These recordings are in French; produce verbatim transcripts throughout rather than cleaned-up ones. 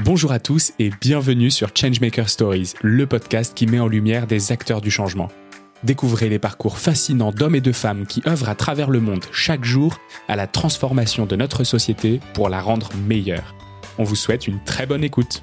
Bonjour à tous et bienvenue sur Changemaker Stories, le podcast qui met en lumière des acteurs du changement. Découvrez les parcours fascinants d'hommes et de femmes qui œuvrent à travers le monde chaque jour à la transformation de notre société pour la rendre meilleure. On vous souhaite une très bonne écoute.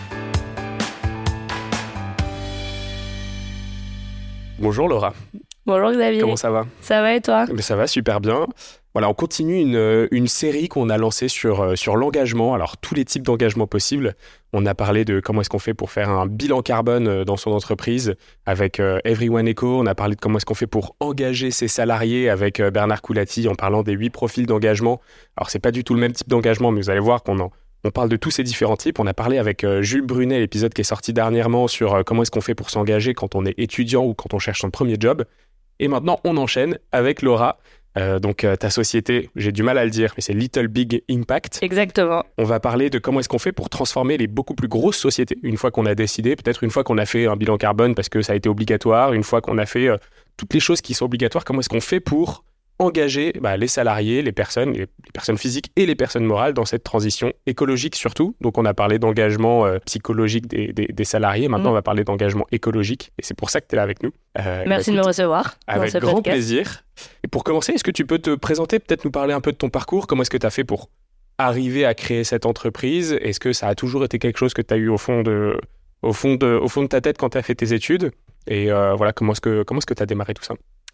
Bonjour Laura. Bonjour Xavier. Comment ça va ? Ça va et toi ? Mais ça va super bien. Voilà, on continue une, une série qu'on a lancée sur, sur l'engagement, alors tous les types d'engagement possibles. On a parlé de comment est-ce qu'on fait pour faire un bilan carbone dans son entreprise avec euh, Everyone Eco. On a parlé de comment est-ce qu'on fait pour engager ses salariés avec euh, Bernard Coulati en parlant des huit profils d'engagement. Alors, c'est pas du tout le même type d'engagement, mais vous allez voir qu'on en, on parle de tous ces différents types. On a parlé avec euh, Jules Brunet, l'épisode qui est sorti dernièrement sur euh, comment est-ce qu'on fait pour s'engager quand on est étudiant ou quand on cherche son premier job. Et maintenant, on enchaîne avec Laura. Euh, donc euh, ta société, j'ai du mal à le dire, mais c'est Little Big Impact. Exactement. On va parler de comment est-ce qu'on fait pour transformer les beaucoup plus grosses sociétés, une fois qu'on a décidé, peut-être une fois qu'on a fait un bilan carbone parce que ça a été obligatoire, une fois qu'on a fait euh, toutes les choses qui sont obligatoires, comment est-ce qu'on fait pour engager bah, les salariés, les personnes, les, les personnes physiques et les personnes morales dans cette transition écologique surtout. Donc on a parlé d'engagement euh, psychologique des, des, des salariés, maintenant mmh. on va parler d'engagement écologique et c'est pour ça que tu es là avec nous. Euh, Merci bah, écoute, de me recevoir. Avec dans ce grand podcast. plaisir. Et pour commencer, est-ce que tu peux te présenter, peut-être nous parler un peu de ton parcours, comment est-ce que tu as fait pour arriver à créer cette entreprise ? Est-ce que ça a toujours été quelque chose que tu as eu au fond de, au fond de, au fond de ta tête quand tu as fait tes études ? Et euh, voilà, comment est-ce que comment est-ce que tu as démarré tout ça ?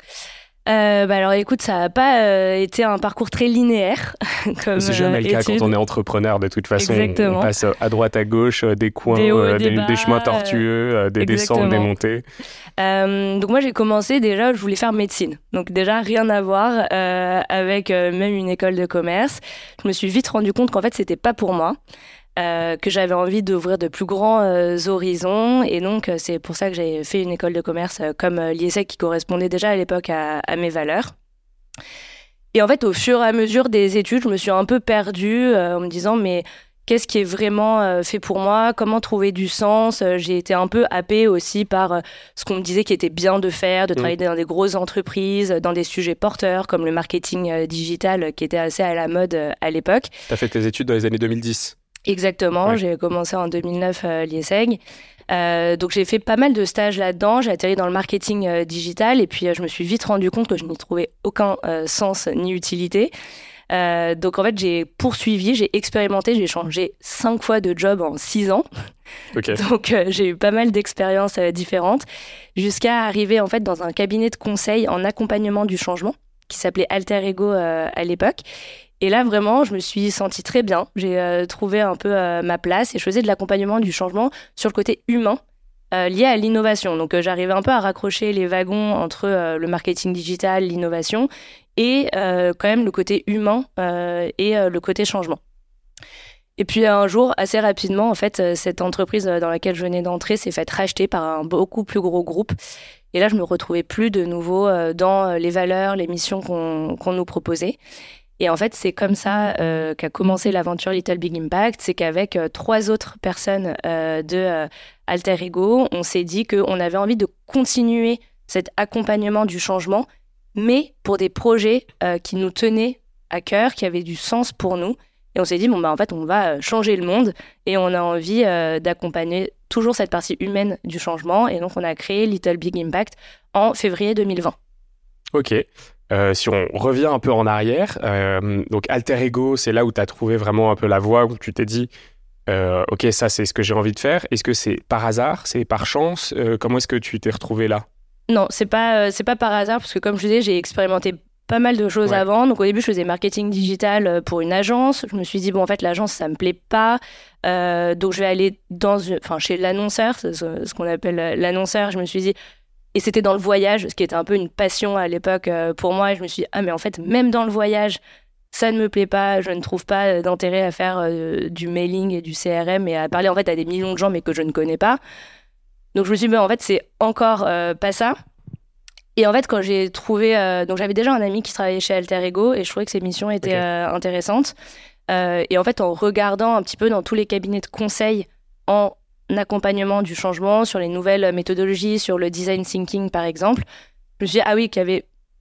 Euh, bah alors écoute, ça n'a pas euh, été un parcours très linéaire. Comme, c'est jamais le euh, cas étude. Quand on est entrepreneur, de toute façon. Exactement. On passe à droite, à gauche, des coins, des, hauts, euh, des, des, bas, des chemins tortueux, euh, des exactement. descentes, des montées. Euh, donc moi j'ai commencé déjà, je voulais faire médecine. Donc déjà rien à voir euh, avec euh, même une école de commerce. Je me suis vite rendu compte qu'en fait c'était pas pour moi. Euh, que j'avais envie d'ouvrir de plus grands euh, horizons et donc euh, c'est pour ça que j'ai fait une école de commerce euh, comme euh, l'I E S E C qui correspondait déjà à l'époque à, à mes valeurs. Et en fait au fur et à mesure des études je me suis un peu perdue euh, en me disant mais qu'est-ce qui est vraiment euh, fait pour moi, comment trouver du sens. euh, j'ai été un peu happée aussi par euh, ce qu'on me disait qui était bien de faire, de travailler mmh. dans des grosses entreprises, dans des sujets porteurs comme le marketing euh, digital euh, qui était assez à la mode euh, à l'époque. Tu as fait tes études dans les années deux mille dix ? Exactement, ouais. J'ai commencé en deux mille neuf euh, l'I E S E C. Euh, donc j'ai fait pas mal de stages là-dedans, j'ai atterri dans le marketing euh, digital et puis euh, je me suis vite rendu compte que je n'y trouvais aucun euh, sens ni utilité. Euh, donc en fait j'ai poursuivi, j'ai expérimenté, j'ai changé cinq fois de job en six ans. Okay. Donc euh, j'ai eu pas mal d'expériences euh, différentes jusqu'à arriver en fait dans un cabinet de conseil en accompagnement du changement qui s'appelait Alter Ego euh, à l'époque. Et là, vraiment, je me suis sentie très bien. J'ai euh, trouvé un peu euh, ma place et je faisais de l'accompagnement du changement sur le côté humain euh, lié à l'innovation. Donc, euh, j'arrivais un peu à raccrocher les wagons entre euh, le marketing digital, l'innovation et euh, quand même le côté humain euh, et euh, le côté changement. Et puis, un jour, assez rapidement, en fait, euh, cette entreprise dans laquelle je venais d'entrer s'est faite racheter par un beaucoup plus gros groupe. Et là, je me retrouvais plus de nouveau euh, dans les valeurs, les missions qu'on, qu'on nous proposait. Et en fait, c'est comme ça euh, qu'a commencé l'aventure Little Big Impact. C'est qu'avec euh, trois autres personnes euh, de euh, Alter Ego, on s'est dit qu'on avait envie de continuer cet accompagnement du changement, mais pour des projets euh, qui nous tenaient à cœur, qui avaient du sens pour nous. Et on s'est dit, bon, bah, en fait, on va changer le monde et on a envie euh, d'accompagner toujours cette partie humaine du changement. Et donc, on a créé Little Big Impact en février deux mille vingt. Ok. Euh, si on revient un peu en arrière, euh, donc Alter Ego, c'est là où tu as trouvé vraiment un peu la voie, où tu t'es dit, euh, ok, ça c'est ce que j'ai envie de faire. Est-ce que c'est par hasard, c'est par chance ? euh, Comment est-ce que tu t'es retrouvé là ? Non, c'est pas, euh, c'est pas par hasard, parce que comme je disais, j'ai expérimenté pas mal de choses ouais. avant. Donc au début, je faisais marketing digital pour une agence. Je me suis dit, bon, en fait, l'agence, ça me plaît pas. Euh, donc je vais aller dans, enfin, chez l'annonceur, ce, ce qu'on appelle l'annonceur. Je me suis dit... Et c'était dans le voyage, ce qui était un peu une passion à l'époque euh, pour moi. Et je me suis dit, ah mais en fait, même dans le voyage, ça ne me plaît pas. Je ne trouve pas d'intérêt à faire euh, du mailing et du C R M et à parler en fait à des millions de gens mais que je ne connais pas. Donc je me suis dit, mais en fait, c'est encore euh, pas ça. Et en fait, quand j'ai trouvé... Euh, donc j'avais déjà un ami qui travaillait chez Alter Ego et je trouvais que ses missions étaient okay. euh, intéressantes. Euh, et en fait, en regardant un petit peu dans tous les cabinets de conseil en accompagnement du changement, sur les nouvelles méthodologies, sur le design thinking par exemple, je me suis dit, ah oui, qu'il y avait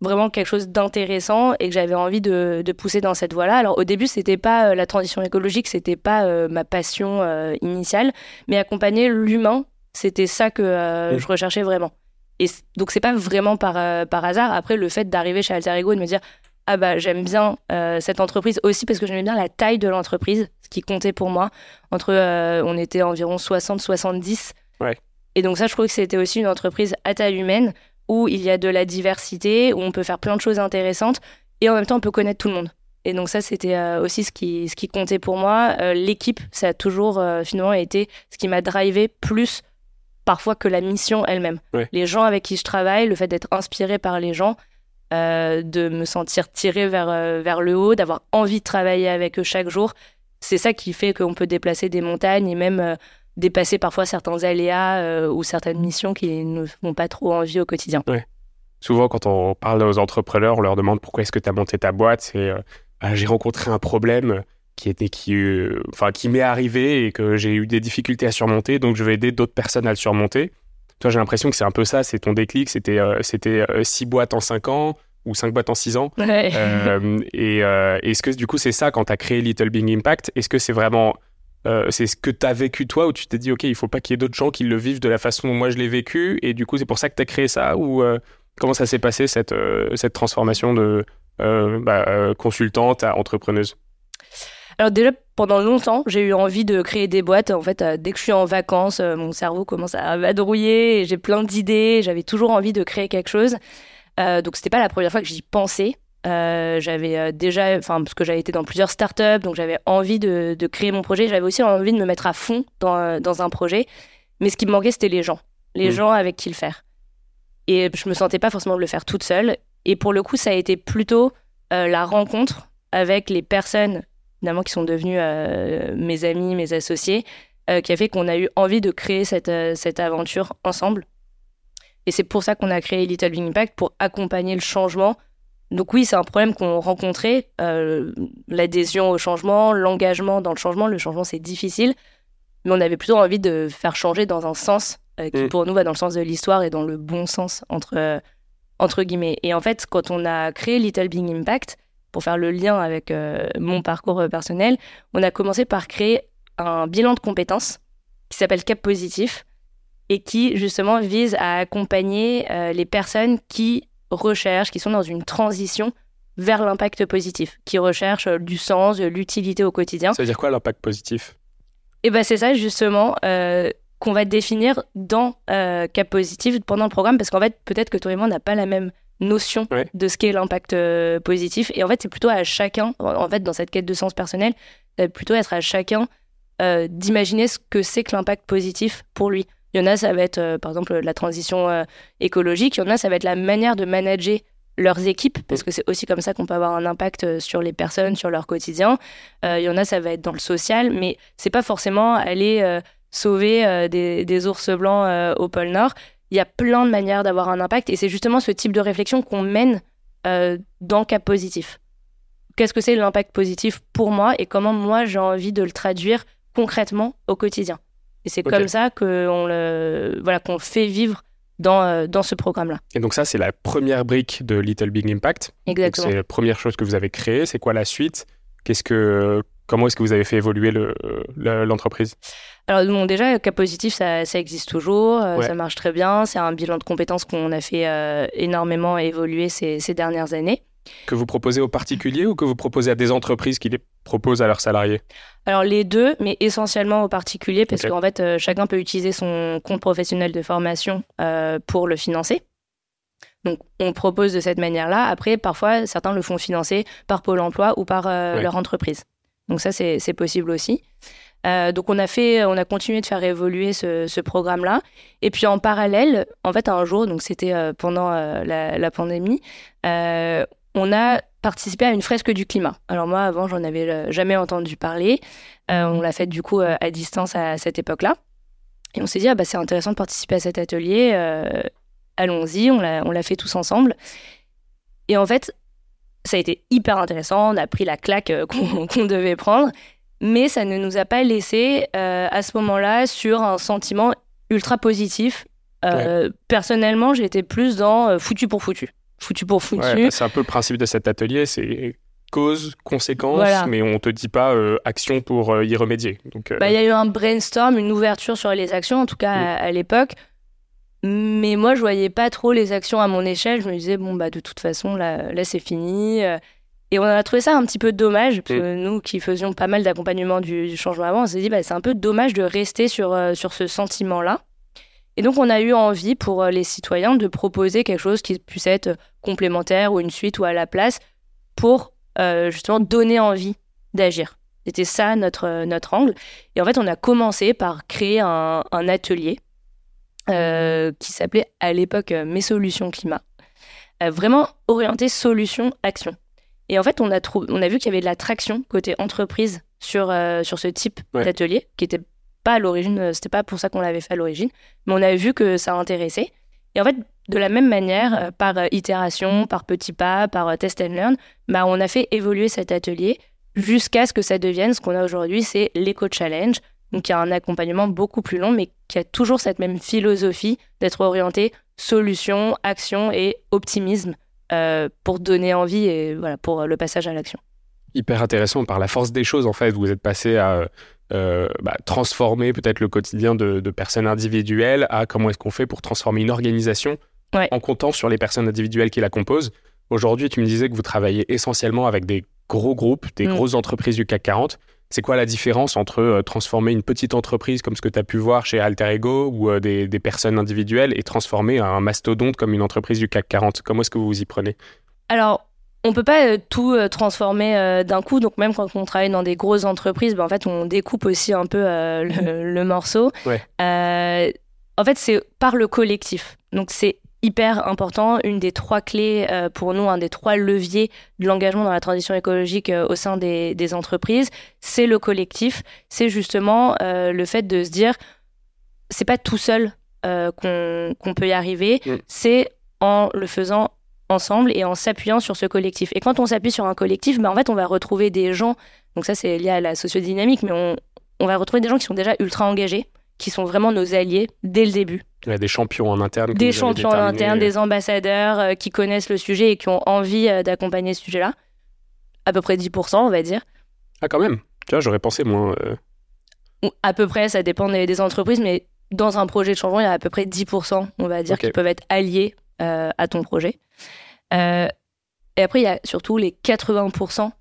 vraiment quelque chose d'intéressant et que j'avais envie de, de pousser dans cette voie-là. Alors au début, c'était pas euh, la transition écologique, c'était pas euh, ma passion euh, initiale, mais accompagner l'humain, c'était ça que euh, mmh. je recherchais vraiment. Et c- donc c'est pas vraiment par, euh, par hasard. Après, le fait d'arriver chez Alter Ego et de me dire ah bah j'aime bien euh, cette entreprise aussi parce que j'aimais bien la taille de l'entreprise, ce qui comptait pour moi. Entre euh, on était environ soixante soixante-dix. Ouais. Et donc ça, je trouvais que c'était aussi une entreprise à taille humaine où il y a de la diversité, où on peut faire plein de choses intéressantes et en même temps on peut connaître tout le monde. Et donc ça, c'était euh, aussi ce qui, ce qui comptait pour moi. Euh, l'équipe, ça a toujours euh, finalement été ce qui m'a drivé plus parfois que la mission elle-même. Ouais. Les gens avec qui je travaille, le fait d'être inspiré par les gens, euh, de me sentir tiré vers, euh, vers le haut, d'avoir envie de travailler avec eux chaque jour, c'est ça qui fait qu'on peut déplacer des montagnes et même euh, dépasser parfois certains aléas euh, ou certaines missions qui ne font pas trop envie au quotidien. Ouais. Souvent, quand on parle aux entrepreneurs, on leur demande pourquoi est-ce que tu as monté ta boîte. C'est euh, ah, j'ai rencontré un problème qui était qui, euh, enfin qui m'est arrivé et que j'ai eu des difficultés à surmonter, donc je vais aider d'autres personnes à le surmonter. Toi, j'ai l'impression que c'est un peu ça, c'est ton déclic. C'était euh, c'était euh, six boîtes en cinq ans ou cinq boîtes en six ans. Ouais. Euh, et euh, est-ce que du coup c'est ça quand tu as créé Little Big Impact? Est-ce que c'est vraiment euh, c'est ce que tu as vécu toi ou tu t'es dit ok, il faut pas qu'il y ait d'autres gens qui le vivent de la façon dont moi je l'ai vécu et du coup c'est pour ça que tu as créé ça ou euh, comment ça s'est passé cette euh, cette transformation de euh, bah, euh, consultante à entrepreneuse? Alors déjà, pendant longtemps, j'ai eu envie de créer des boîtes. En fait, euh, dès que je suis en vacances, euh, mon cerveau commence à vadrouiller et j'ai plein d'idées. J'avais toujours envie de créer quelque chose. Euh, donc, c'était pas la première fois que j'y pensais. Euh, j'avais euh, déjà, enfin, parce que j'avais été dans plusieurs startups, donc j'avais envie de, de créer mon projet. J'avais aussi envie de me mettre à fond dans, dans un projet. Mais ce qui me manquait, c'était les gens. Les mmh. gens avec qui le faire. Et je me sentais pas forcément de le faire toute seule. Et pour le coup, ça a été plutôt euh, la rencontre avec les personnes finalement qui sont devenus euh, mes amis, mes associés, euh, qui a fait qu'on a eu envie de créer cette, euh, cette aventure ensemble. Et c'est pour ça qu'on a créé Little Big Impact, pour accompagner le changement. Donc oui, c'est un problème qu'on rencontrait, euh, l'adhésion au changement, l'engagement dans le changement. Le changement, c'est difficile, mais on avait plutôt envie de faire changer dans un sens euh, qui, mmh. pour nous, va dans le sens de l'histoire et dans le bon sens, entre, euh, entre guillemets. Et en fait, quand on a créé Little Big Impact, pour faire le lien avec euh, mon parcours personnel, on a commencé par créer un bilan de compétences qui s'appelle Cap Positif et qui, justement, vise à accompagner euh, les personnes qui recherchent, qui sont dans une transition vers l'impact positif, qui recherchent euh, du sens, de l'utilité au quotidien. Ça veut dire quoi, l'impact positif ? Et ben c'est ça, justement, euh, qu'on va définir dans euh, Cap Positif pendant le programme, parce qu'en fait, peut-être que toi et moi, on n'a pas la même notion ouais. de ce qu'est l'impact euh, positif. Et en fait, c'est plutôt à chacun, en fait, dans cette quête de sens personnel, ça va plutôt être à chacun euh, d'imaginer ce que c'est que l'impact positif pour lui. Il y en a, ça va être, euh, par exemple, la transition euh, écologique. Il y en a, ça va être la manière de manager leurs équipes, parce que c'est aussi comme ça qu'on peut avoir un impact sur les personnes, sur leur quotidien. Euh, il y en a, ça va être dans le social, mais c'est pas forcément aller euh, sauver euh, des, des ours blancs euh, au pôle Nord. Il y a plein de manières d'avoir un impact et c'est justement ce type de réflexion qu'on mène euh, dans Cap Positif. Qu'est-ce que c'est l'impact positif pour moi et comment moi j'ai envie de le traduire concrètement au quotidien. Et c'est okay. comme ça qu'on le, voilà, qu'on fait vivre dans, euh, dans ce programme-là. Et donc ça, c'est la première brique de Little Big Impact. Exactement. Donc c'est la première chose que vous avez créée. C'est quoi la suite ? Qu'est-ce que, comment est-ce que vous avez fait évoluer le, le, l'entreprise ? Alors bon, déjà, Cap Positif, ça, ça existe toujours, euh, ouais. ça marche très bien. C'est un bilan de compétences qu'on a fait euh, énormément évoluer ces, ces dernières années. Que vous proposez aux particuliers ou que vous proposez à des entreprises qui les proposent à leurs salariés ? Alors les deux, mais essentiellement aux particuliers, parce okay. qu'en fait, euh, chacun peut utiliser son compte professionnel de formation euh, pour le financer. Donc, on propose de cette manière-là. Après, parfois, certains le font financer par Pôle emploi ou par euh, ouais. leur entreprise. Donc ça, c'est, c'est possible aussi. Euh, donc, on a fait, on a continué de faire évoluer ce, ce programme-là. Et puis, en parallèle, en fait, un jour, donc c'était euh, pendant euh, la, la pandémie, euh, on a participé à une fresque du climat. Alors moi, avant, j'en avais jamais entendu parler. Euh, on l'a fait du coup euh, à distance à cette époque-là. Et on s'est dit, ah, bah, c'est intéressant de participer à cet atelier. Euh, allons-y, on l'a, on l'a fait tous ensemble. Et en fait, ça a été hyper intéressant. On a pris la claque euh, qu'on, qu'on devait prendre. Mais ça ne nous a pas laissé, euh, à ce moment-là, sur un sentiment ultra positif. Euh, ouais. Personnellement, j'étais plus dans euh, foutu pour foutu. foutu pour foutu. Ouais, bah, c'est un peu le principe de cet atelier, c'est cause, conséquence, voilà. mais on te dit pas euh, action pour euh, y remédier. Donc, euh... bah, y a eu un brainstorm, une ouverture sur les actions, en tout cas mmh. à, à l'époque. Mais moi, je voyais pas trop les actions à mon échelle. Je me disais, bon, bah, de toute façon, là, là c'est fini. Et on a trouvé ça un petit peu dommage, parce que mmh. nous qui faisions pas mal d'accompagnement du, du changement avant, on s'est dit, bah, c'est un peu dommage de rester sur, euh, sur ce sentiment-là. Et donc, on a eu envie pour les citoyens de proposer quelque chose qui puisse être complémentaire ou une suite ou à la place pour euh, justement donner envie d'agir. C'était ça notre, notre angle. Et en fait, on a commencé par créer un, un atelier euh, qui s'appelait à l'époque euh, Mes solutions climat, euh, vraiment orienté solution-action. Et en fait, on a, trou- on a vu qu'il y avait de la traction côté entreprise sur, euh, sur ce type ouais. d'atelier, qui n'était pas à l'origine, euh, c'était pas pour ça qu'on l'avait fait à l'origine, mais on a vu que ça intéressait. Et en fait, de la même manière, euh, par euh, itération, par petits pas, par euh, test and learn, bah, on a fait évoluer cet atelier jusqu'à ce que ça devienne ce qu'on a aujourd'hui, c'est l'éco-challenge, donc qui a un accompagnement beaucoup plus long, mais qui a toujours cette même philosophie d'être orienté solution, action et optimisme euh, pour donner envie et voilà, pour le passage à l'action. Hyper intéressant, par la force des choses, en fait, vous êtes passé à euh, bah, transformer peut-être le quotidien de, de personnes individuelles à comment est-ce qu'on fait pour transformer une organisation ouais. en comptant sur les personnes individuelles qui la composent. Aujourd'hui, tu me disais que vous travaillez essentiellement avec des gros groupes, des mmh. grosses entreprises du C A C quarante. C'est quoi la différence entre euh, transformer une petite entreprise comme ce que tu as pu voir chez Alter Ego ou euh, des, des personnes individuelles et transformer un mastodonte comme une entreprise du C A C quarante? Comment est-ce que vous vous y prenez? Alors, on ne peut pas euh, tout euh, transformer euh, d'un coup. Donc, même quand on travaille dans des grosses entreprises, ben, en fait, on découpe aussi un peu euh, le, le morceau. Ouais. Euh, en fait, c'est par le collectif. Donc, c'est hyper important. Une des trois clés euh, pour nous, un des trois leviers de l'engagement dans la transition écologique euh, au sein des, des entreprises, c'est le collectif. C'est justement euh, le fait de se dire, c'est pas tout seul euh, qu'on, qu'on peut y arriver. Mmh. C'est en le faisant ensemble et en s'appuyant sur ce collectif. Et quand on s'appuie sur un collectif, ben en fait, on va retrouver des gens, donc ça, c'est lié à la sociodynamique, mais on, on va retrouver des gens qui sont déjà ultra engagés, qui sont vraiment nos alliés dès le début. Il y a des champions en interne. Des champions en interne, des ambassadeurs euh, qui connaissent le sujet et qui ont envie euh, d'accompagner ce sujet-là. À peu près dix pour cent, on va dire. Ah, quand même. Tu vois, j'aurais pensé moins. Euh... À peu près, ça dépend des, des entreprises, mais dans un projet de changement, il y a à peu près dix pour cent, on va dire, okay. qui peuvent être alliés euh, à ton projet. Euh, et après, il y a surtout les quatre-vingts pour cent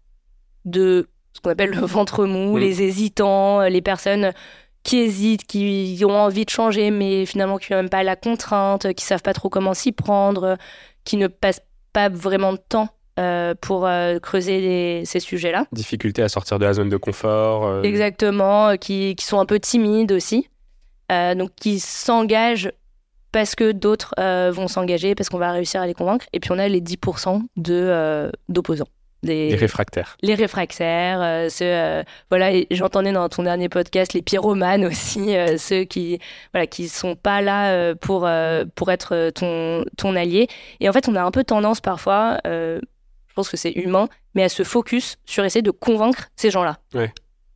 de ce qu'on appelle le ventre mou, mmh. les hésitants, les personnes qui hésitent, qui ont envie de changer, mais finalement qui n'ont même pas la contrainte, qui ne savent pas trop comment s'y prendre, qui ne passent pas vraiment de temps euh, pour euh, creuser les, ces sujets-là. Difficulté à sortir de la zone de confort. Euh... Exactement, qui, qui sont un peu timides aussi, euh, donc qui s'engagent parce que d'autres euh, vont s'engager, parce qu'on va réussir à les convaincre. Et puis on a les dix pour cent de, euh, d'opposants. Les, les réfractaires. Les réfractaires, euh, ceux, euh, voilà, et j'entendais dans ton dernier podcast les pyromanes aussi, euh, ceux qui voilà, qui sont pas là euh, pour, euh, pour être ton, ton allié. Et en fait, on a un peu tendance parfois, euh, je pense que c'est humain, mais à se focus sur essayer de convaincre ces gens-là. Ouais.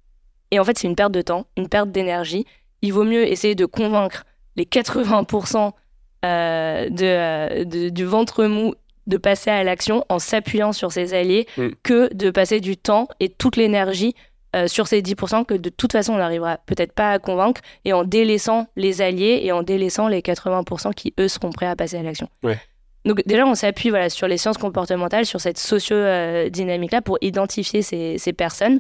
Et en fait, c'est une perte de temps, une perte d'énergie. Il vaut mieux essayer de convaincre les quatre-vingts pour cent euh, de, euh, de, du ventre mou de passer à l'action en s'appuyant sur ses alliés mmh. que de passer du temps et toute l'énergie euh, sur ces dix pour cent que de toute façon on n'arrivera peut-être pas à convaincre et en délaissant les alliés et en délaissant les quatre-vingts pour cent qui eux seront prêts à passer à l'action. Ouais. Donc déjà on s'appuie voilà, sur les sciences comportementales, sur cette socio-dynamique-là pour identifier ces, ces personnes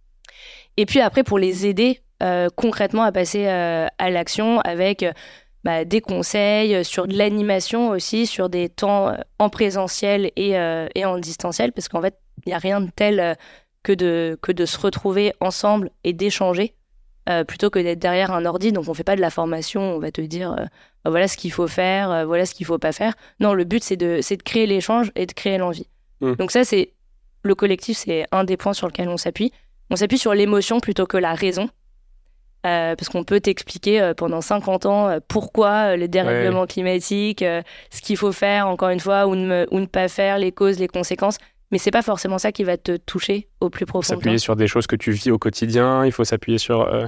et puis après pour les aider euh, concrètement à passer euh, à l'action avec... Euh, Bah, des conseils, sur de l'animation aussi, sur des temps en présentiel et, euh, et en distanciel, parce qu'en fait, il n'y a rien de tel euh, que, de, que de se retrouver ensemble et d'échanger, euh, plutôt que d'être derrière un ordi. Donc, on ne fait pas de la formation, on va te dire, euh, voilà ce qu'il faut faire, euh, voilà ce qu'il ne faut pas faire. Non, le but, c'est de, c'est de créer l'échange et de créer l'envie. Mmh. Donc ça, c'est le collectif, c'est un des points sur lequel on s'appuie. On s'appuie sur l'émotion plutôt que la raison. Euh, parce qu'on peut t'expliquer euh, pendant cinquante ans euh, pourquoi euh, le dérèglement ouais. climatique, euh, ce qu'il faut faire, encore une fois, ou ne, ou ne pas faire, les causes, les conséquences. Mais c'est pas forcément ça qui va te toucher au plus profond. S'appuyer sur des choses que tu vis au quotidien, il faut s'appuyer sur... Euh...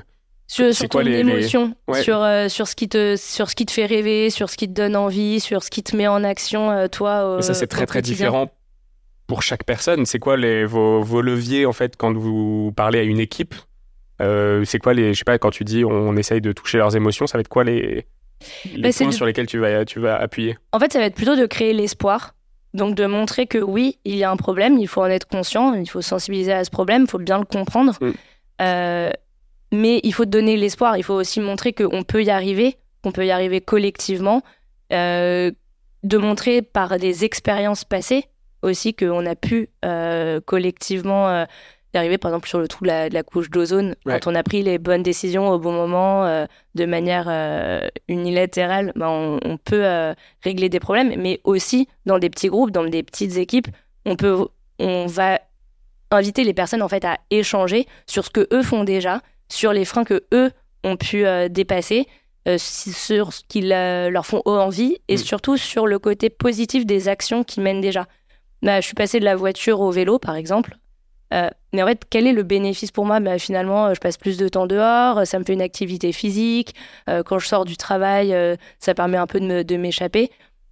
Sur, sur ton les, émotion, les... Ouais. sur, euh, sur, ce qui te, sur ce qui te fait rêver, sur ce qui te donne envie, sur ce qui te met en action, euh, toi. Et ça, c'est très, très différent pour chaque personne. C'est quoi les, vos, vos leviers, en fait, quand vous parlez à une équipe euh, C'est quoi les. Je sais pas, quand tu dis on essaye de toucher leurs émotions, ça va être quoi les, les bah, points de... sur lesquels tu vas, tu vas appuyer? En fait, ça va être plutôt de créer l'espoir. Donc, de montrer que oui, il y a un problème, il faut en être conscient, il faut sensibiliser à ce problème, il faut bien le comprendre. Mm. Euh, mais il faut donner l'espoir, il faut aussi montrer qu'on peut y arriver, qu'on peut y arriver collectivement, euh, de montrer par des expériences passées aussi qu'on a pu euh, collectivement euh, y arriver, par exemple sur le trou de la, de la couche d'ozone, ouais. Quand on a pris les bonnes décisions au bon moment, euh, de manière euh, unilatérale, ben on, on peut euh, régler des problèmes, mais aussi dans des petits groupes, dans des petites équipes, on, peut, on va inviter les personnes en fait, à échanger sur ce qu'eux font déjà, sur les freins que eux ont pu euh, dépasser, euh, sur ce qui euh, leur font envie et mmh. surtout sur le côté positif des actions qu'ils mènent déjà. Bah, je suis passée de la voiture au vélo, par exemple. Euh, mais en fait, quel est le bénéfice pour moi ? Bah, finalement, je passe plus de temps dehors, ça me fait une activité physique. Euh, quand je sors du travail, euh, ça permet un peu de, me, de m'échapper.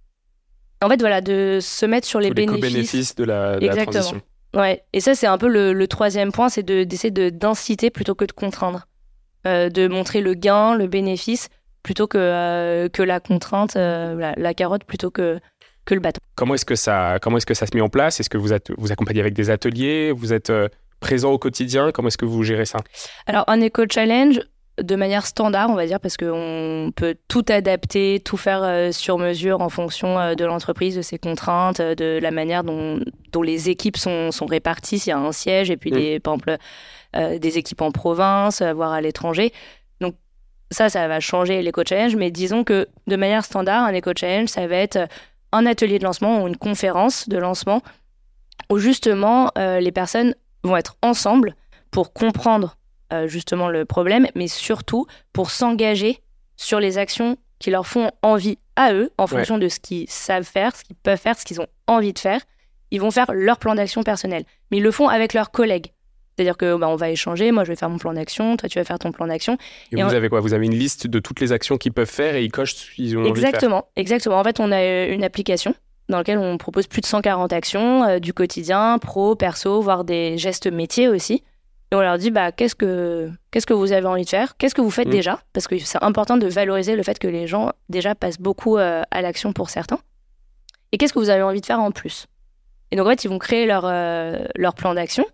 En fait, voilà, de se mettre sur les, Tous bénéfices. les co-bénéfices de la, de la transition. Ouais, et ça, c'est un peu le, le troisième point, c'est de, d'essayer de, d'inciter plutôt que de contraindre. Euh, de montrer le gain, le bénéfice, plutôt que, euh, que la contrainte, euh, la, la carotte, plutôt que, que le bâton. Comment est-ce que ça, comment est-ce que ça se met en place ? Est-ce que vous, êtes, vous accompagnez avec des ateliers ? Vous êtes euh, présent au quotidien ? Comment est-ce que vous gérez ça ? Alors, un éco-challenge, de manière standard, on va dire, parce qu'on peut tout adapter, tout faire euh, sur mesure en fonction euh, de l'entreprise, de ses contraintes, euh, de la manière dont, dont les équipes sont, sont réparties. S'il y a un siège et puis, mmh. des, par exemple, euh, des équipes en province, euh, voire à l'étranger. Donc, ça, ça va changer l'éco-challenge. Mais disons que, de manière standard, un éco-challenge, ça va être un atelier de lancement ou une conférence de lancement où, justement, euh, les personnes vont être ensemble pour comprendre Euh, justement le problème, mais surtout pour s'engager sur les actions qui leur font envie à eux, en fonction ouais. de ce qu'ils savent faire, ce qu'ils peuvent faire, ce qu'ils ont envie de faire. Ils vont faire leur plan d'action personnel, mais ils le font avec leurs collègues. C'est-à-dire que bah, on va échanger, moi je vais faire mon plan d'action, toi tu vas faire ton plan d'action. Et, et vous on... avez quoi ? Vous avez une liste de toutes les actions qu'ils peuvent faire et ils cochent ce qu'ils ont envie de faire. Exactement, exactement. En fait, on a une application dans laquelle on propose plus de cent quarante actions euh, du quotidien, pro, perso, voire des gestes métiers aussi. Et on leur dit, bah, qu'est-ce que, qu'est-ce que vous avez envie de faire ? Qu'est-ce que vous faites mmh. déjà ? Parce que c'est important de valoriser le fait que les gens, déjà, passent beaucoup euh, à l'action pour certains. Et qu'est-ce que vous avez envie de faire en plus ? Et donc, en fait, ils vont créer leur, euh, leur plan d'action.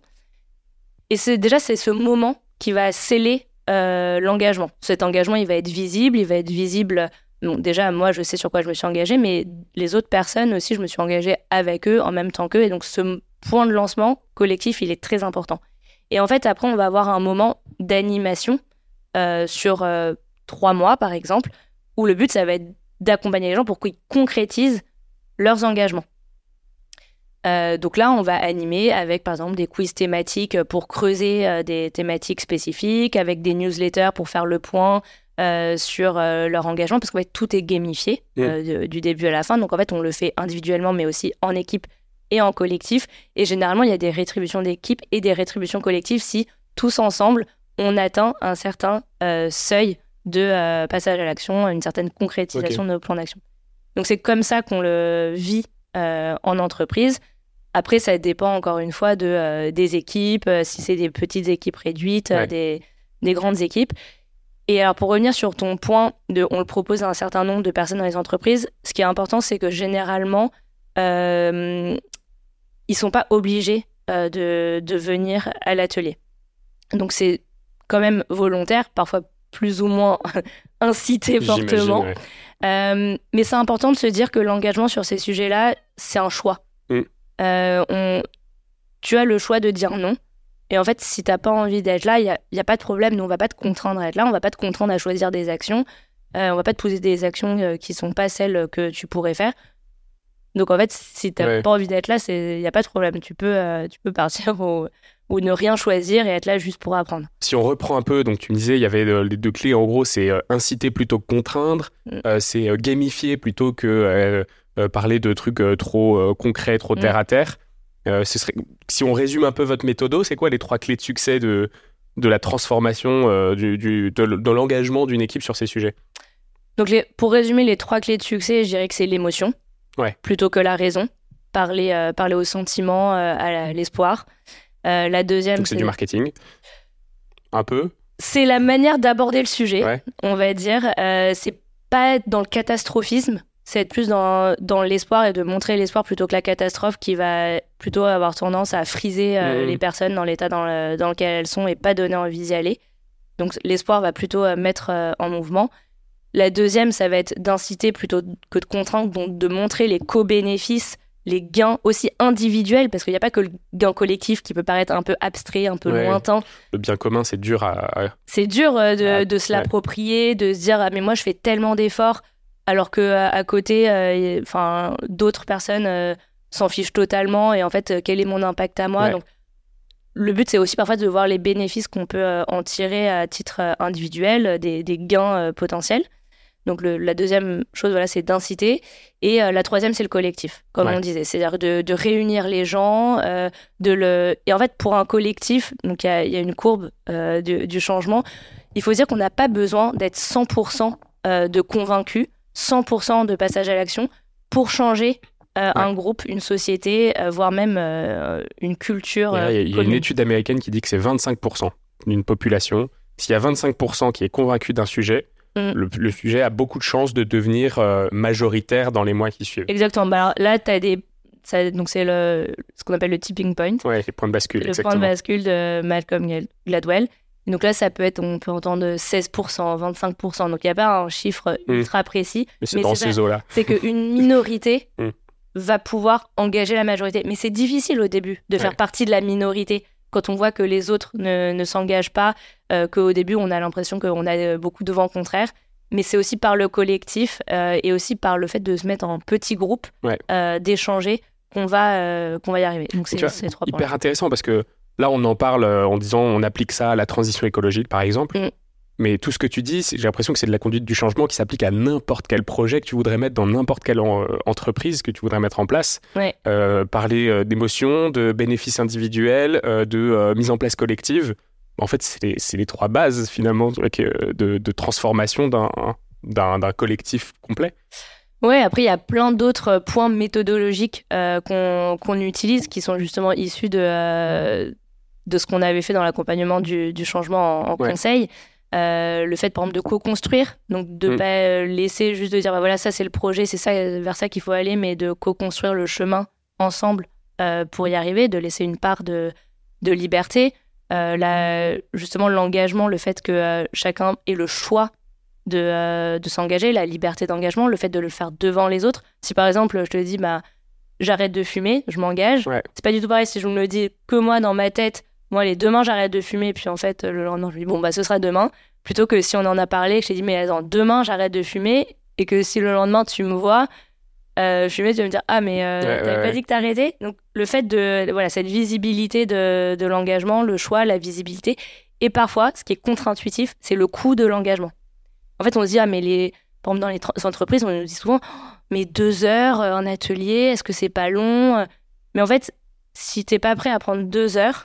Et c'est, déjà, c'est ce moment qui va sceller euh, l'engagement. Cet engagement, il va être visible. Il va être visible... Bon, déjà, moi, je sais sur quoi je me suis engagée, mais les autres personnes aussi, je me suis engagée avec eux, en même temps qu'eux. Et donc, ce point de lancement collectif, il est très important. Et en fait, après, on va avoir un moment d'animation euh, sur euh, trois mois, par exemple, où le but, ça va être d'accompagner les gens pour qu'ils concrétisent leurs engagements. Euh, donc là, on va animer avec, par exemple, des quiz thématiques pour creuser euh, des thématiques spécifiques, avec des newsletters pour faire le point euh, sur euh, leur engagement, parce qu'en fait, tout est gamifié euh, de, du début à la fin. Donc en fait, on le fait individuellement, mais aussi en équipe et en collectif. Et généralement, il y a des rétributions d'équipe et des rétributions collectives si, tous ensemble, on atteint un certain euh, seuil de euh, passage à l'action, une certaine concrétisation okay. de nos plans d'action. Donc, c'est comme ça qu'on le vit euh, en entreprise. Après, ça dépend encore une fois de, euh, des équipes, euh, si c'est des petites équipes réduites, ouais. euh, des, des grandes équipes. Et alors, pour revenir sur ton point, de, on le propose à un certain nombre de personnes dans les entreprises, ce qui est important, c'est que généralement, euh, ils ne sont pas obligés euh, de, de venir à l'atelier. Donc, c'est quand même volontaire, parfois plus ou moins incité fortement. Ouais. Euh, mais c'est important de se dire que l'engagement sur ces sujets-là, c'est un choix. Mm. Euh, on, tu as le choix de dire non. Et en fait, si tu n'as pas envie d'être là, il n'y a, y a pas de problème. Nous, on ne va pas te contraindre à être là. On ne va pas te contraindre à choisir des actions. Euh, on ne va pas te poser des actions euh, qui ne sont pas celles que tu pourrais faire. Donc, en fait, si tu n'as ouais. pas envie d'être là, il n'y a pas de problème. Tu peux, euh, tu peux partir ou, ou ne rien choisir et être là juste pour apprendre. Si on reprend un peu, donc tu me disais, il y avait euh, les deux clés. En gros, c'est euh, inciter plutôt que contraindre. Mm. Euh, c'est euh, gamifier plutôt que euh, euh, parler de trucs euh, trop euh, concrets, trop terre mm. à terre. Euh, ce serait, si on résume un peu votre méthodo, c'est quoi les trois clés de succès de, de la transformation, euh, du, du, de, de l'engagement d'une équipe sur ces sujets? Donc, les, pour résumer, les trois clés de succès, je dirais que c'est l'émotion, ouais. plutôt que la raison. Parler, euh, parler au sentiment, euh, à l'espoir. Euh, la deuxième, donc c'est, c'est du marketing, un peu. C'est la manière d'aborder le sujet, ouais. on va dire. Euh, c'est pas être dans le catastrophisme, c'est être plus dans, dans l'espoir et de montrer l'espoir plutôt que la catastrophe qui va plutôt avoir tendance à friser euh, mmh. les personnes dans l'état dans, le, dans lequel elles sont et pas donner envie d'y aller. Donc l'espoir va plutôt euh, mettre euh, en mouvement. La deuxième, ça va être d'inciter plutôt que de contraindre, donc de montrer les co-bénéfices, les gains aussi individuels, parce qu'il n'y a pas que le gain collectif qui peut paraître un peu abstrait, un peu ouais. lointain. Le bien commun, c'est dur à... C'est dur euh, de, à... de se l'approprier, ouais. de se dire « Ah, mais moi, je fais tellement d'efforts », alors qu'à à côté, euh, y, d'autres personnes euh, s'en fichent totalement, et en fait, euh, quel est mon impact à moi ouais. Donc, le but, c'est aussi parfois de voir les bénéfices qu'on peut euh, en tirer à titre euh, individuel, des, des gains euh, potentiels. Donc, le, la deuxième chose, voilà, c'est d'inciter. Et euh, la troisième, c'est le collectif, comme ouais. on disait. C'est-à-dire de, de réunir les gens. Euh, de le... Et en fait, pour un collectif, donc il y, y a une courbe euh, du, du changement, il faut dire qu'on n'a pas besoin d'être cent pour cent euh, de convaincus, cent pour cent de passage à l'action pour changer euh, ouais. un groupe, une société, euh, voire même euh, une culture. Il y, y, y a une étude américaine qui dit que c'est vingt-cinq pour cent d'une population. S'il y a vingt-cinq pour cent qui est convaincu d'un sujet, Mm. Le, le sujet a beaucoup de chances de devenir euh, majoritaire dans les mois qui suivent. Exactement. Bah alors, là, tu as des... Ça, donc c'est le, ce qu'on appelle le tipping point. Oui, les points de bascule, le exactement. Le point de bascule de Malcolm Gladwell. Et donc là, ça peut être, on peut entendre seize pour cent, vingt-cinq pour cent. Donc il n'y a pas un chiffre mm. ultra précis. Mais c'est mais dans c'est ces eaux-là. C'est qu'une minorité mm. va pouvoir engager la majorité. Mais c'est difficile au début de faire ouais. partie de la minorité. Quand on voit que les autres ne, ne s'engagent pas, euh, qu'au début, on a l'impression qu'on a beaucoup de vent contraire. Mais c'est aussi par le collectif euh, et aussi par le fait de se mettre en petits groupes, ouais. euh, d'échanger, qu'on va, euh, qu'on va y arriver. Donc, c'est, vois, c'est trois hyper points. Intéressant parce que là, on en parle en disant on applique ça à la transition écologique, par exemple. Mm. Mais tout ce que tu dis, j'ai l'impression que c'est de la conduite du changement qui s'applique à n'importe quel projet que tu voudrais mettre dans n'importe quelle en, euh, entreprise que tu voudrais mettre en place. Ouais. Euh, parler euh, d'émotions, de bénéfices individuels, euh, de euh, mise en place collective. En fait, c'est les, c'est les trois bases, finalement, de, de, de transformation d'un, d'un, d'un collectif complet. Oui, après, il y a plein d'autres points méthodologiques euh, qu'on, qu'on utilise qui sont justement issus de, euh, de ce qu'on avait fait dans l'accompagnement du, du changement en, en ouais. conseil. Euh, le fait, par exemple, de co-construire, donc de ne mmh. pas laisser juste de dire bah, voilà, ça c'est le projet, c'est ça, vers ça qu'il faut aller, mais de co-construire le chemin ensemble euh, pour y arriver, de laisser une part de, de liberté. Euh, la, justement, l'engagement, le fait que euh, chacun ait le choix de, euh, de s'engager, la liberté d'engagement, le fait de le faire devant les autres. Si par exemple, je te dis bah, j'arrête de fumer, je m'engage, ouais. c'est pas du tout pareil si je me le dis que moi dans ma tête. Moi, les demain, j'arrête de fumer, puis en fait, le lendemain, je me dis, bon, bah, ce sera demain. Plutôt que si on en a parlé, que je t'ai dit, mais attends, demain, j'arrête de fumer, et que si le lendemain, tu me vois euh, fumer, tu vas me dire, ah, mais euh, ouais, t'avais ouais, pas ouais. dit que t'arrêtais. Donc, le fait de, voilà, cette visibilité de, de l'engagement, le choix, la visibilité, et parfois, ce qui est contre-intuitif, c'est le coût de l'engagement. En fait, on se dit, ah, mais les, par exemple, dans les tra- entreprises, on nous dit souvent, oh, mais deux heures euh, en atelier, est-ce que c'est pas long? Mais en fait, si t'es pas prêt à prendre deux heures,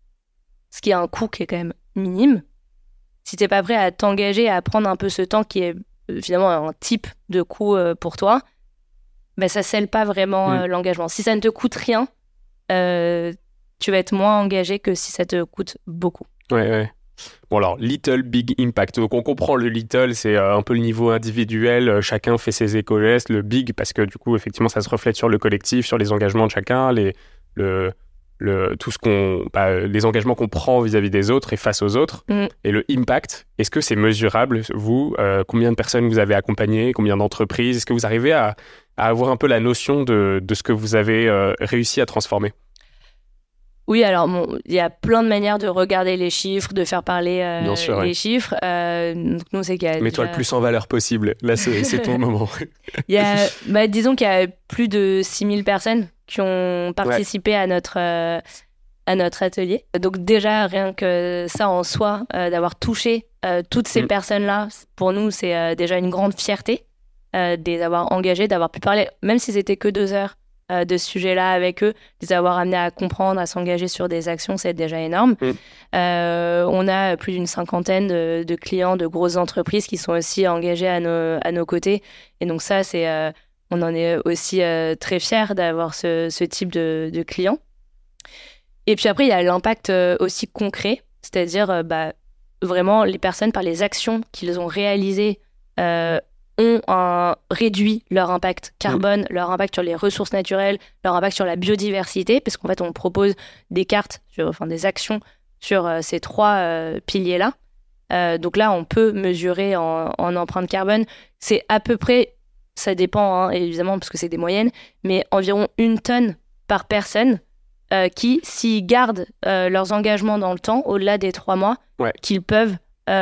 ce qui a un coût qui est quand même minime, si t'es pas prêt à t'engager, à prendre un peu ce temps qui est euh, finalement un type de coût euh, pour toi, ben ça scelle pas vraiment euh, mmh. l'engagement. Si ça ne te coûte rien, euh, tu vas être moins engagé que si ça te coûte beaucoup. Ouais, ouais. Bon alors, little, big impact. Donc on comprend le little, c'est euh, un peu le niveau individuel, euh, chacun fait ses éco-gestes, le big, parce que du coup, effectivement, ça se reflète sur le collectif, sur les engagements de chacun, les... le... Le, tout ce qu'on, bah, les engagements qu'on prend vis-à-vis des autres et face aux autres. Mm. Et le impact, est-ce que c'est mesurable, vous euh, combien de personnes vous avez accompagnées, combien d'entreprises? Est-ce que vous arrivez à, à avoir un peu la notion de, de ce que vous avez euh, réussi à transformer? Oui, alors il bon, y a plein de manières de regarder les chiffres, de faire parler euh, sûr, les ouais. chiffres. Euh, donc nous, c'est qu'il y a Mets-toi déjà... le plus en valeur possible. Là, c'est, c'est ton moment. Il y a, bah, disons qu'il y a plus de six mille personnes qui ont participé ouais. à, notre, euh, à notre atelier. Donc déjà, rien que ça en soi, euh, d'avoir touché euh, toutes ces mmh. personnes-là, pour nous, c'est euh, déjà une grande fierté euh, de les avoir engagées, d'avoir pu parler, même si c'était que deux heures, euh, de ce sujet-là avec eux, les avoir amenés à comprendre, à s'engager sur des actions, c'est déjà énorme. Mmh. Euh, on a plus d'une cinquantaine de, de clients de grosses entreprises qui sont aussi engagés à nos, à nos côtés. Et donc ça, c'est, euh, on en est aussi euh, très fiers d'avoir ce, ce type de, de clients. Et puis après, il y a l'impact euh, aussi concret, c'est-à-dire euh, bah, vraiment les personnes, par les actions qu'ils ont réalisées, euh, ont un, réduit leur impact carbone, mmh. leur impact sur les ressources naturelles, leur impact sur la biodiversité, parce qu'en fait, on propose des cartes, sur, enfin des actions sur euh, ces trois euh, piliers-là. Euh, donc là, on peut mesurer en, en empreinte carbone. C'est à peu près, ça dépend hein, évidemment, parce que c'est des moyennes, mais environ une tonne par personne euh, qui, s'ils gardent euh, leurs engagements dans le temps, au-delà des trois mois, ouais. qu'ils peuvent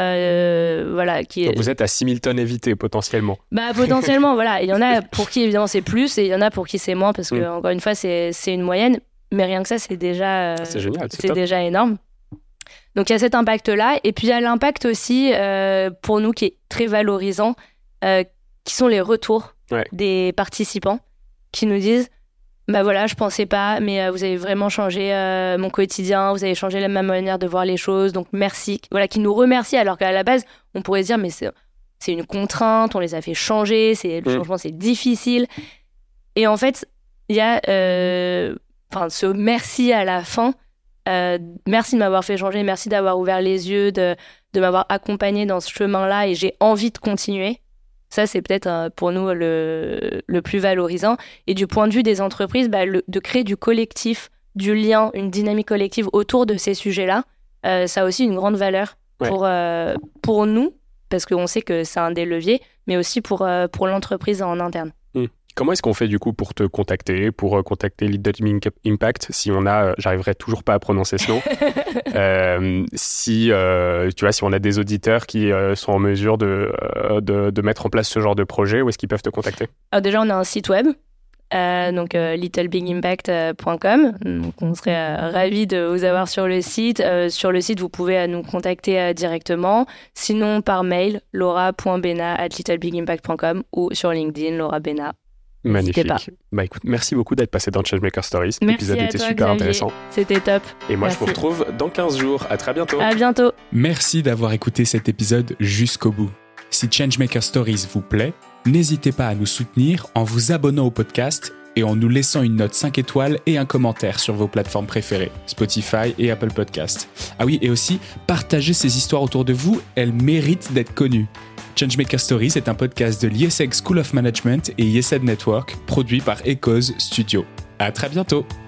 Euh, voilà, qui est... Donc vous êtes à six mille tonnes évitées potentiellement. Bah potentiellement, voilà. Il y en a pour qui évidemment c'est plus et il y en a pour qui c'est moins parce que mmh. encore une fois c'est c'est une moyenne, mais rien que ça c'est déjà c'est génial, c'est, c'est déjà énorme. Donc il y a cet impact là et puis il y a l'impact aussi euh, pour nous qui est très valorisant, euh, qui sont les retours ouais. des participants qui nous disent bah voilà, je pensais pas, mais euh, vous avez vraiment changé euh, mon quotidien, vous avez changé la, ma manière de voir les choses, donc merci. Voilà, qui nous remercie, alors qu'à la base, on pourrait se dire, mais c'est, c'est une contrainte, on les a fait changer, c'est, le mmh. changement, c'est difficile. Et en fait, il y a euh, ce merci à la fin, euh, merci de m'avoir fait changer, merci d'avoir ouvert les yeux, de, de m'avoir accompagné dans ce chemin-là, et j'ai envie de continuer. Ça, c'est peut-être euh, pour nous le, le plus valorisant. Et du point de vue des entreprises, bah, le, de créer du collectif, du lien, une dynamique collective autour de ces sujets-là, euh, ça a aussi une grande valeur ouais. pour, euh, pour nous, parce qu'on sait que c'est un des leviers, mais aussi pour, euh, pour l'entreprise en interne. Mmh. Comment est-ce qu'on fait du coup pour te contacter, pour euh, contacter Little Big Impact si on a, euh, j'arriverai toujours pas à prononcer ce nom, euh, si euh, tu vois, si on a des auditeurs qui euh, sont en mesure de, euh, de de mettre en place ce genre de projet, où est-ce qu'ils peuvent te contacter? Alors déjà, on a un site web, euh, donc euh, little big impact point com. Donc on serait euh, ravis de vous avoir sur le site. Euh, sur le site, vous pouvez euh, nous contacter euh, directement. Sinon, par mail, laura point bena arobase little big impact point com ou sur LinkedIn, Laura Bena. Magnifique. Bah écoute, merci beaucoup d'être passé dans Changemaker Stories. Merci L'épisode à était toi, super Xavier. intéressant. C'était top. Et moi, merci. Je vous retrouve dans quinze jours. À très bientôt. À bientôt. Merci d'avoir écouté cet épisode jusqu'au bout. Si Changemaker Stories vous plaît, n'hésitez pas à nous soutenir en vous abonnant au podcast et en nous laissant une note cinq étoiles et un commentaire sur vos plateformes préférées, Spotify et Apple Podcasts. Ah oui, et aussi, partagez ces histoires autour de vous, elles méritent d'être connues. Changemaker Stories est un podcast de l'I E S E G School of Management et I E S E D Network, produit par Echoes Studio. À très bientôt!